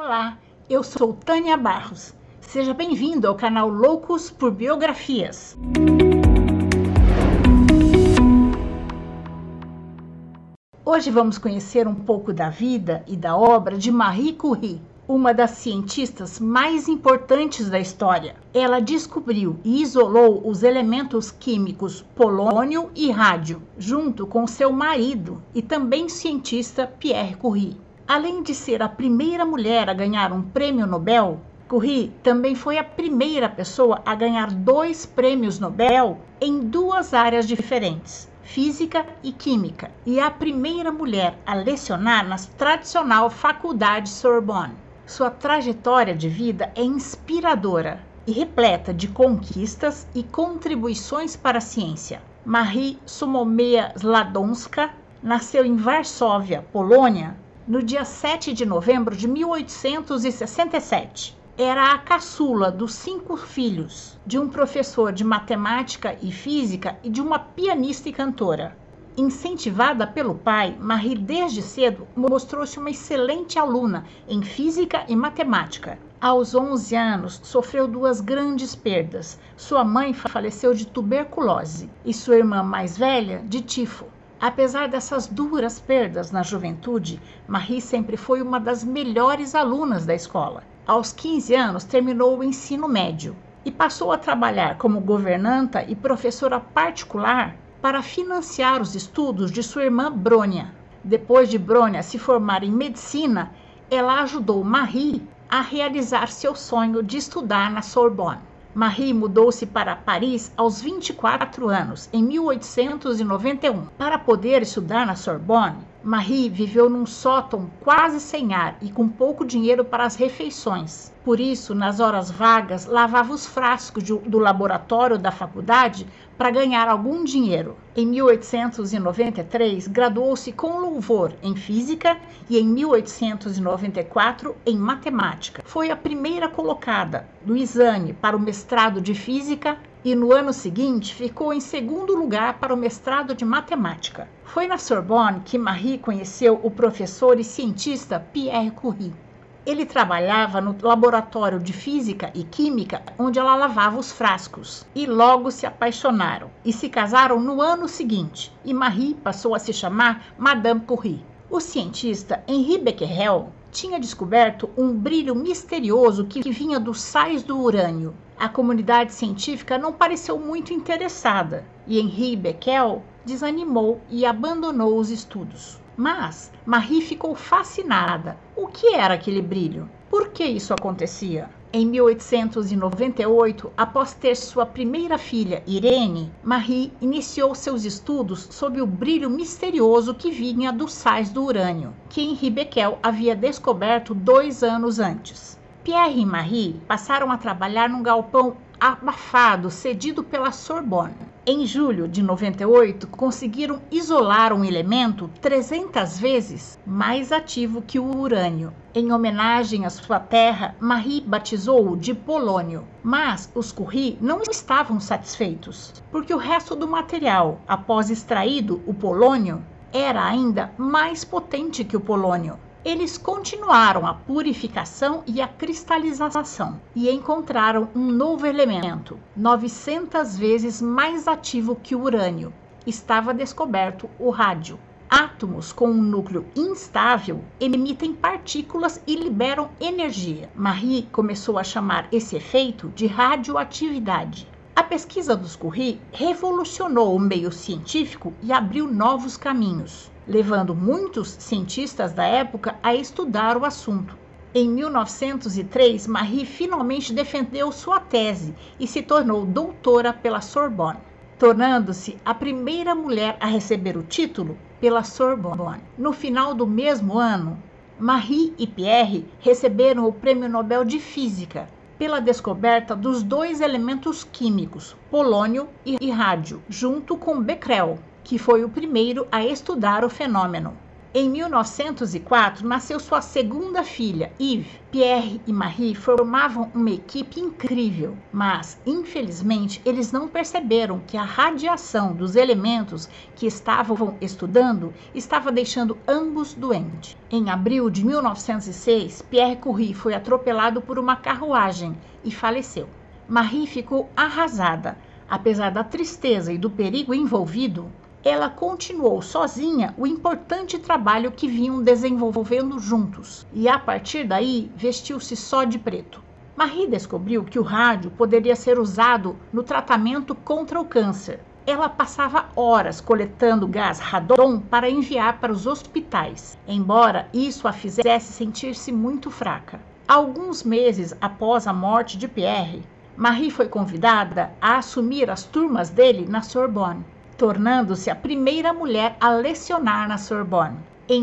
Olá, eu sou Tânia Barros. Seja bem-vindo ao canal Loucos por Biografias. Hoje vamos conhecer um pouco da vida e da obra de Marie Curie, uma das cientistas mais importantes da história. Ela descobriu e isolou os elementos químicos polônio e rádio, junto com seu marido e também cientista Pierre Curie. Além de ser a primeira mulher a ganhar um prêmio Nobel, Curie também foi a primeira pessoa a ganhar 2 prêmios Nobel em 2 áreas diferentes, física e química, e a primeira mulher a lecionar na tradicional Faculdade Sorbonne. Sua trajetória de vida é inspiradora e repleta de conquistas e contribuições para a ciência. Marie Soumomia-Skłodowska nasceu em Varsóvia, Polônia, no dia 7 de novembro de 1867. Era a caçula dos 5 filhos, de um professor de matemática e física e de uma pianista e cantora. Incentivada pelo pai, Marie desde cedo mostrou-se uma excelente aluna em física e matemática. Aos 11 anos, sofreu 2 grandes perdas. Sua mãe faleceu de tuberculose e sua irmã mais velha de tifo. Apesar dessas duras perdas na juventude, Marie sempre foi uma das melhores alunas da escola. Aos 15 anos, terminou o ensino médio e passou a trabalhar como governanta e professora particular para financiar os estudos de sua irmã Brônia. Depois de Brônia se formar em medicina, ela ajudou Marie a realizar seu sonho de estudar na Sorbonne. Marie mudou-se para Paris aos 24 anos, em 1891. Para poder estudar na Sorbonne, Marie viveu num sótão quase sem ar e com pouco dinheiro para as refeições. Por isso, nas horas vagas, lavava os frascos do laboratório da faculdade para ganhar algum dinheiro. Em 1893, graduou-se com louvor em física e em 1894 em matemática. Foi a primeira colocada no exame para o mestrado de física e no ano seguinte ficou em segundo lugar para o mestrado de matemática. Foi na Sorbonne que Marie conheceu o professor e cientista Pierre Curie. Ele trabalhava no laboratório de física e química, onde ela lavava os frascos, e logo se apaixonaram e se casaram no ano seguinte, e Marie passou a se chamar Madame Curie. O cientista Henri Becquerel tinha descoberto um brilho misterioso que vinha dos sais do urânio. A comunidade científica não pareceu muito interessada, e Henri Becquerel desanimou e abandonou os estudos. Mas Marie ficou fascinada. O que era aquele brilho? Por que isso acontecia? Em 1898, após ter sua primeira filha, Irene, Marie iniciou seus estudos sob o brilho misterioso que vinha dos sais do urânio, que Henri Becquerel havia descoberto 2 anos antes. Pierre e Marie passaram a trabalhar num galpão abafado cedido pela Sorbonne. Em julho de 98, conseguiram isolar um elemento 300 vezes mais ativo que o urânio. Em homenagem à sua terra, Marie batizou-o de polônio. Mas os Curie não estavam satisfeitos, porque o resto do material, após extraído o polônio, era ainda mais potente que o polônio. Eles continuaram a purificação e a cristalização e encontraram um novo elemento, 900 vezes mais ativo que o urânio. Estava descoberto o rádio. Átomos com um núcleo instável emitem partículas e liberam energia. Marie começou a chamar esse efeito de radioatividade. A pesquisa dos Curie revolucionou o meio científico e abriu novos caminhos, levando muitos cientistas da época a estudar o assunto. Em 1903, Marie finalmente defendeu sua tese e se tornou doutora pela Sorbonne, tornando-se a primeira mulher a receber o título pela Sorbonne. No final do mesmo ano, Marie e Pierre receberam o Prêmio Nobel de Física pela descoberta dos 2 elementos químicos, polônio e rádio, junto com Becquerel, que foi o primeiro a estudar o fenômeno. Em 1904, nasceu sua segunda filha, Yves. Pierre e Marie formavam uma equipe incrível, mas, infelizmente, eles não perceberam que a radiação dos elementos que estavam estudando estava deixando ambos doentes. Em abril de 1906, Pierre Curie foi atropelado por uma carruagem e faleceu. Marie ficou arrasada. Apesar da tristeza e do perigo envolvido, ela continuou sozinha o importante trabalho que vinham desenvolvendo juntos, e a partir daí vestiu-se só de preto. Marie descobriu que o rádio poderia ser usado no tratamento contra o câncer. Ela passava horas coletando gás radon para enviar para os hospitais, embora isso a fizesse sentir-se muito fraca. Alguns meses após a morte de Pierre, Marie foi convidada a assumir as turmas dele na Sorbonne, tornando-se a primeira mulher a lecionar na Sorbonne. Em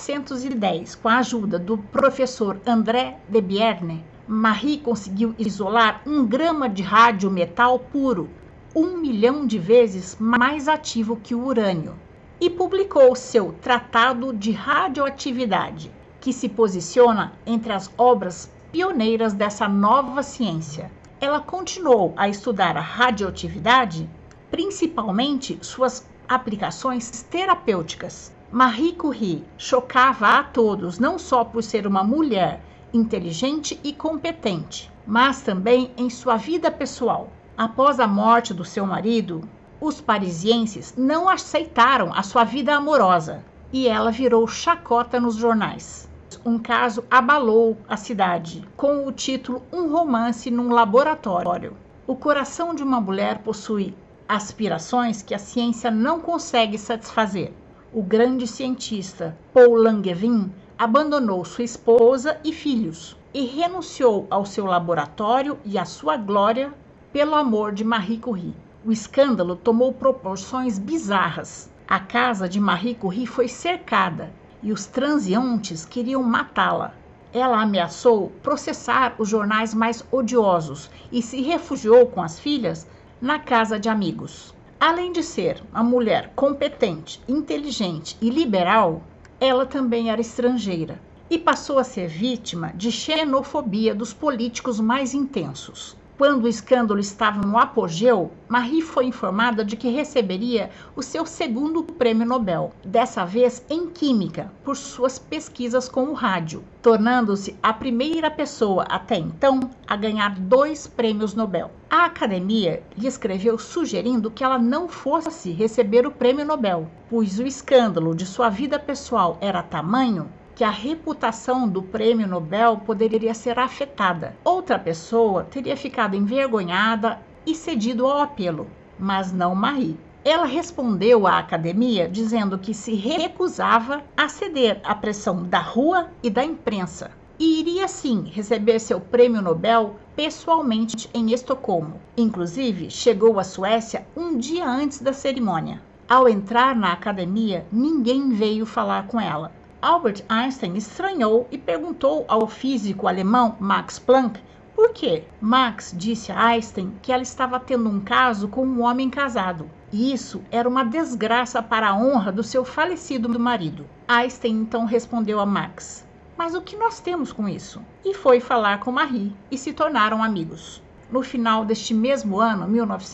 1910, com a ajuda do professor André Debierne, Marie conseguiu isolar 1 grama de radiometal puro, 1 milhão de vezes mais ativo que o urânio, e publicou seu Tratado de Radioatividade, que se posiciona entre as obras pioneiras dessa nova ciência. Ela continuou a estudar a radioatividade, principalmente suas aplicações terapêuticas. Marie Curie chocava a todos, não só por ser uma mulher inteligente e competente, mas também em sua vida pessoal. Após a morte do seu marido, os parisienses não aceitaram a sua vida amorosa e ela virou chacota nos jornais. Um caso abalou a cidade, com o título Um Romance num Laboratório. O coração de uma mulher possui aspirações que a ciência não consegue satisfazer. O grande cientista Paul Langevin abandonou sua esposa e filhos e renunciou ao seu laboratório e à sua glória pelo amor de Marie Curie. O escândalo tomou proporções bizarras. A casa de Marie Curie foi cercada e os transeuntes queriam matá-la. Ela ameaçou processar os jornais mais odiosos e se refugiou com as filhas na casa de amigos. Além de ser uma mulher competente, inteligente e liberal, ela também era estrangeira e passou a ser vítima de xenofobia dos políticos mais intensos. Quando o escândalo estava no apogeu, Marie foi informada de que receberia o seu segundo prêmio Nobel, dessa vez em Química, por suas pesquisas com o rádio, tornando-se a primeira pessoa até então a ganhar 2 prêmios Nobel. A Academia lhe escreveu sugerindo que ela não fosse receber o prêmio Nobel, pois o escândalo de sua vida pessoal era tamanho que a reputação do prêmio Nobel poderia ser afetada. Outra pessoa teria ficado envergonhada e cedido ao apelo, mas não Marie. Ela respondeu à academia dizendo que se recusava a ceder à pressão da rua e da imprensa e iria sim receber seu prêmio Nobel pessoalmente em Estocolmo. Inclusive, chegou à Suécia um dia antes da cerimônia. Ao entrar na academia, ninguém veio falar com ela. Albert Einstein estranhou e perguntou ao físico alemão Max Planck por quê. Max disse a Einstein que ela estava tendo um caso com um homem casado, e isso era uma desgraça para a honra do seu falecido marido. Einstein então respondeu a Max: mas o que nós temos com isso? E foi falar com Marie e se tornaram amigos. No final deste mesmo ano,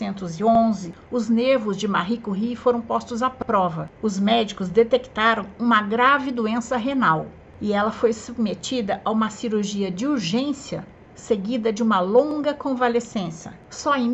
1911, os nervos de Marie Curie foram postos à prova. Os médicos detectaram uma grave doença renal e ela foi submetida a uma cirurgia de urgência, seguida de uma longa convalescença. Só em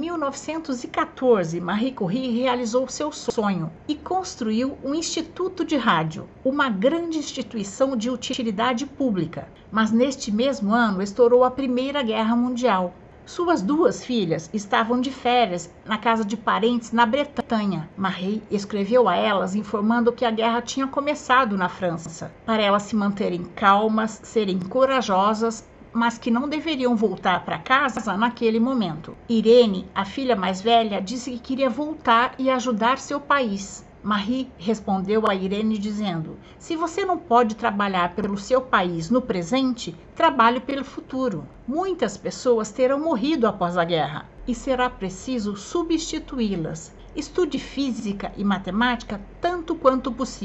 1914, Marie Curie realizou seu sonho e construiu um instituto de rádio, uma grande instituição de utilidade pública. Mas neste mesmo ano estourou a Primeira Guerra Mundial. Suas 2 filhas estavam de férias na casa de parentes na Bretanha. Marie escreveu a elas informando que a guerra tinha começado na França, para elas se manterem calmas, serem corajosas, mas que não deveriam voltar para casa naquele momento. Irene, a filha mais velha, disse que queria voltar e ajudar seu país. Marie respondeu a Irene dizendo: se você não pode trabalhar pelo seu país no presente, trabalhe pelo futuro. Muitas pessoas terão morrido após a guerra e será preciso substituí-las. Estude física e matemática tanto quanto possível.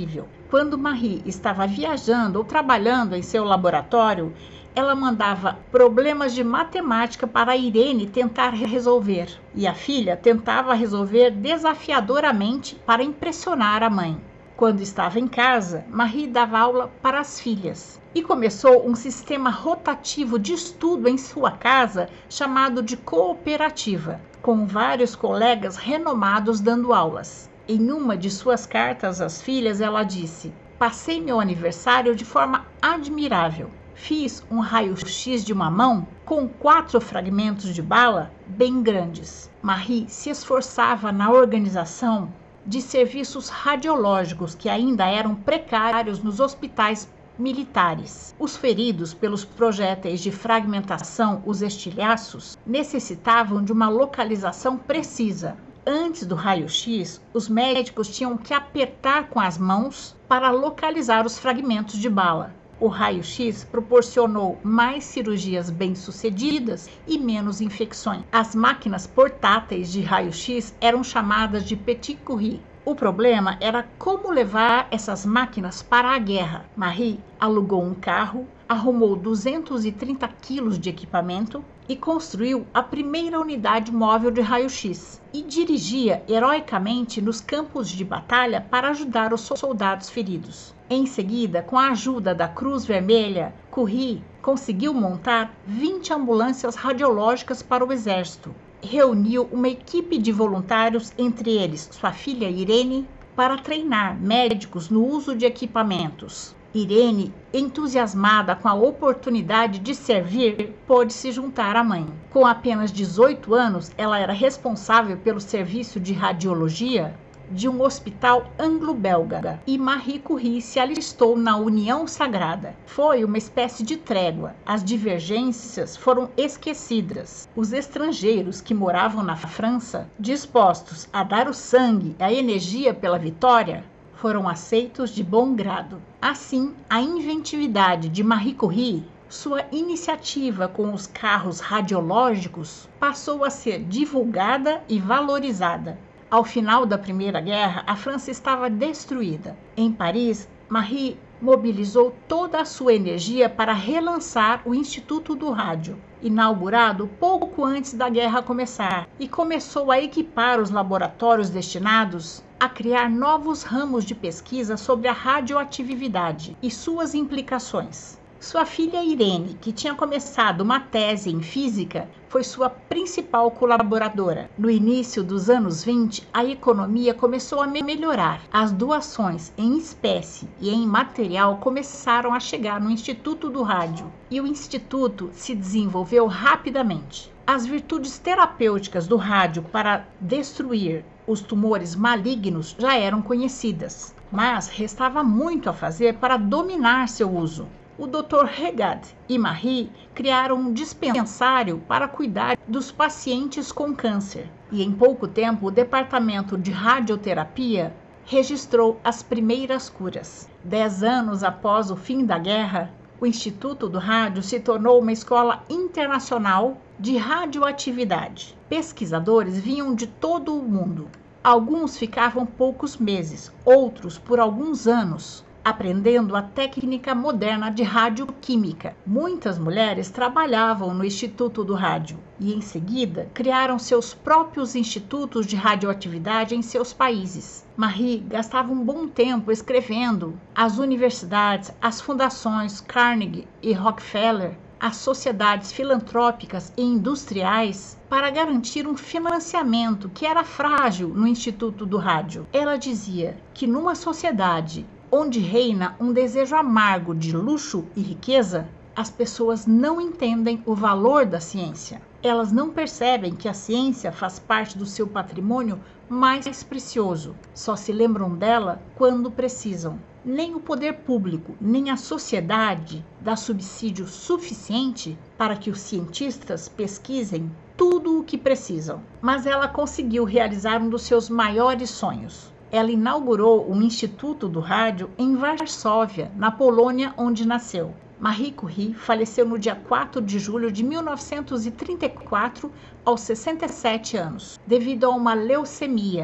Quando Marie estava viajando ou trabalhando em seu laboratório, ela mandava problemas de matemática para Irene tentar resolver, e a filha tentava resolver desafiadoramente para impressionar a mãe. Quando estava em casa, Marie dava aula para as filhas e começou um sistema rotativo de estudo em sua casa chamado de cooperativa, com vários colegas renomados dando aulas. Em uma de suas cartas às filhas, ela disse: "Passei meu aniversário de forma admirável. Fiz um raio-x de uma mão com 4 fragmentos de bala bem grandes." Marie se esforçava na organização de serviços radiológicos que ainda eram precários nos hospitais militares. Os feridos pelos projéteis de fragmentação, os estilhaços, necessitavam de uma localização precisa. Antes do raio-x, os médicos tinham que apertar com as mãos para localizar os fragmentos de bala. O raio-x proporcionou mais cirurgias bem-sucedidas e menos infecções. As máquinas portáteis de raio-x eram chamadas de petit courrier. O problema era como levar essas máquinas para a guerra. Marie alugou um carro, arrumou 230 quilos de equipamento e construiu a primeira unidade móvel de raio-x e dirigia heroicamente nos campos de batalha para ajudar os soldados feridos. Em seguida, com a ajuda da Cruz Vermelha, Curie conseguiu montar 20 ambulâncias radiológicas para o exército. Reuniu uma equipe de voluntários, entre eles sua filha Irene, para treinar médicos no uso de equipamentos. Irene, entusiasmada com a oportunidade de servir, pôde se juntar à mãe. Com apenas 18 anos, ela era responsável pelo serviço de radiologia de um hospital anglo-belga e Marie Curie se alistou na União Sagrada. Foi uma espécie de trégua. As divergências foram esquecidas. Os estrangeiros que moravam na França, dispostos a dar o sangue e a energia pela vitória, foram aceitos de bom grado. Assim, a inventividade de Marie Curie, sua iniciativa com os carros radiológicos, passou a ser divulgada e valorizada. Ao final da Primeira Guerra, a França estava destruída. Em Paris, Marie mobilizou toda a sua energia para relançar o Instituto do Rádio, inaugurado pouco antes da guerra começar, e começou a equipar os laboratórios destinados a criar novos ramos de pesquisa sobre a radioatividade e suas implicações. Sua filha Irene, que tinha começado uma tese em física, foi sua principal colaboradora. No início dos anos 20, a economia começou a melhorar. As doações em espécie e em material começaram a chegar no Instituto do Rádio, e o Instituto se desenvolveu rapidamente. As virtudes terapêuticas do rádio para destruir os tumores malignos já eram conhecidas, mas restava muito a fazer para dominar seu uso. O Dr. Regard e Marie criaram um dispensário para cuidar dos pacientes com câncer. E em pouco tempo, o departamento de radioterapia registrou as primeiras curas. 10 anos após o fim da guerra, o Instituto do Rádio se tornou uma escola internacional de radioatividade. Pesquisadores vinham de todo o mundo. Alguns ficavam poucos meses, outros por alguns anos, aprendendo a técnica moderna de radioquímica. Muitas mulheres trabalhavam no Instituto do Rádio e, em seguida, criaram seus próprios institutos de radioatividade em seus países. Marie gastava um bom tempo escrevendo às universidades, às fundações Carnegie e Rockefeller, às sociedades filantrópicas e industriais para garantir um financiamento que era frágil no Instituto do Rádio. Ela dizia que numa sociedade onde reina um desejo amargo de luxo e riqueza, as pessoas não entendem o valor da ciência. Elas não percebem que a ciência faz parte do seu patrimônio mais precioso. Só se lembram dela quando precisam. Nem o poder público, nem a sociedade dá subsídio suficiente para que os cientistas pesquisem tudo o que precisam. Mas ela conseguiu realizar um dos seus maiores sonhos. Ela inaugurou um Instituto do Rádio em Varsóvia, na Polônia, onde nasceu. Marie Curie faleceu no dia 4 de julho de 1934, aos 67 anos, devido a uma leucemia,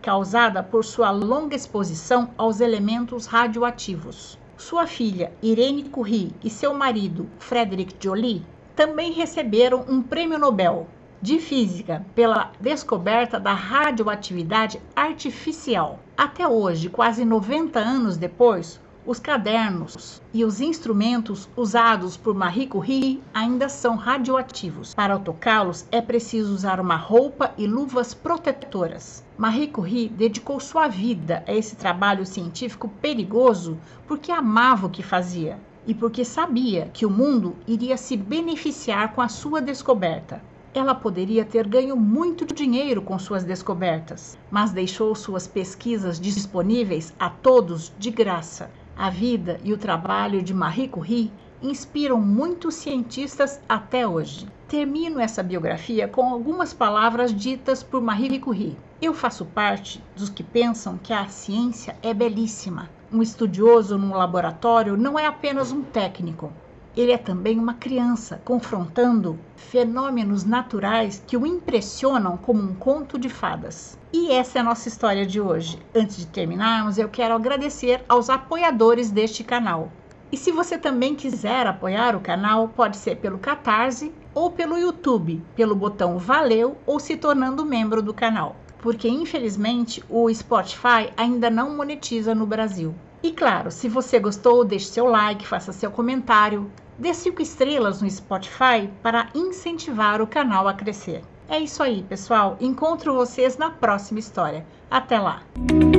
causada por sua longa exposição aos elementos radioativos. Sua filha Irene Curie e seu marido Frederic Joly também receberam um prêmio Nobel de Física pela descoberta da radioatividade artificial. Até hoje, quase 90 anos depois, os cadernos e os instrumentos usados por Marie Curie ainda são radioativos. Para tocá-los, é preciso usar uma roupa e luvas protetoras. Marie Curie dedicou sua vida a esse trabalho científico perigoso porque amava o que fazia e porque sabia que o mundo iria se beneficiar com a sua descoberta. Ela poderia ter ganho muito dinheiro com suas descobertas, mas deixou suas pesquisas disponíveis a todos de graça. A vida e o trabalho de Marie Curie inspiram muitos cientistas até hoje. Termino essa biografia com algumas palavras ditas por Marie Curie. Eu faço parte dos que pensam que a ciência é belíssima. Um estudioso num laboratório não é apenas um técnico. Ele é também uma criança, confrontando fenômenos naturais que o impressionam como um conto de fadas. E essa é a nossa história de hoje. Antes de terminarmos, eu quero agradecer aos apoiadores deste canal. E se você também quiser apoiar o canal, pode ser pelo Catarse ou pelo YouTube, pelo botão Valeu ou se tornando membro do canal. Porque, infelizmente, o Spotify ainda não monetiza no Brasil. E claro, se você gostou, deixe seu like, faça seu comentário. Dê 5 estrelas no Spotify para incentivar o canal a crescer. É isso aí, pessoal. Encontro vocês na próxima história. Até lá!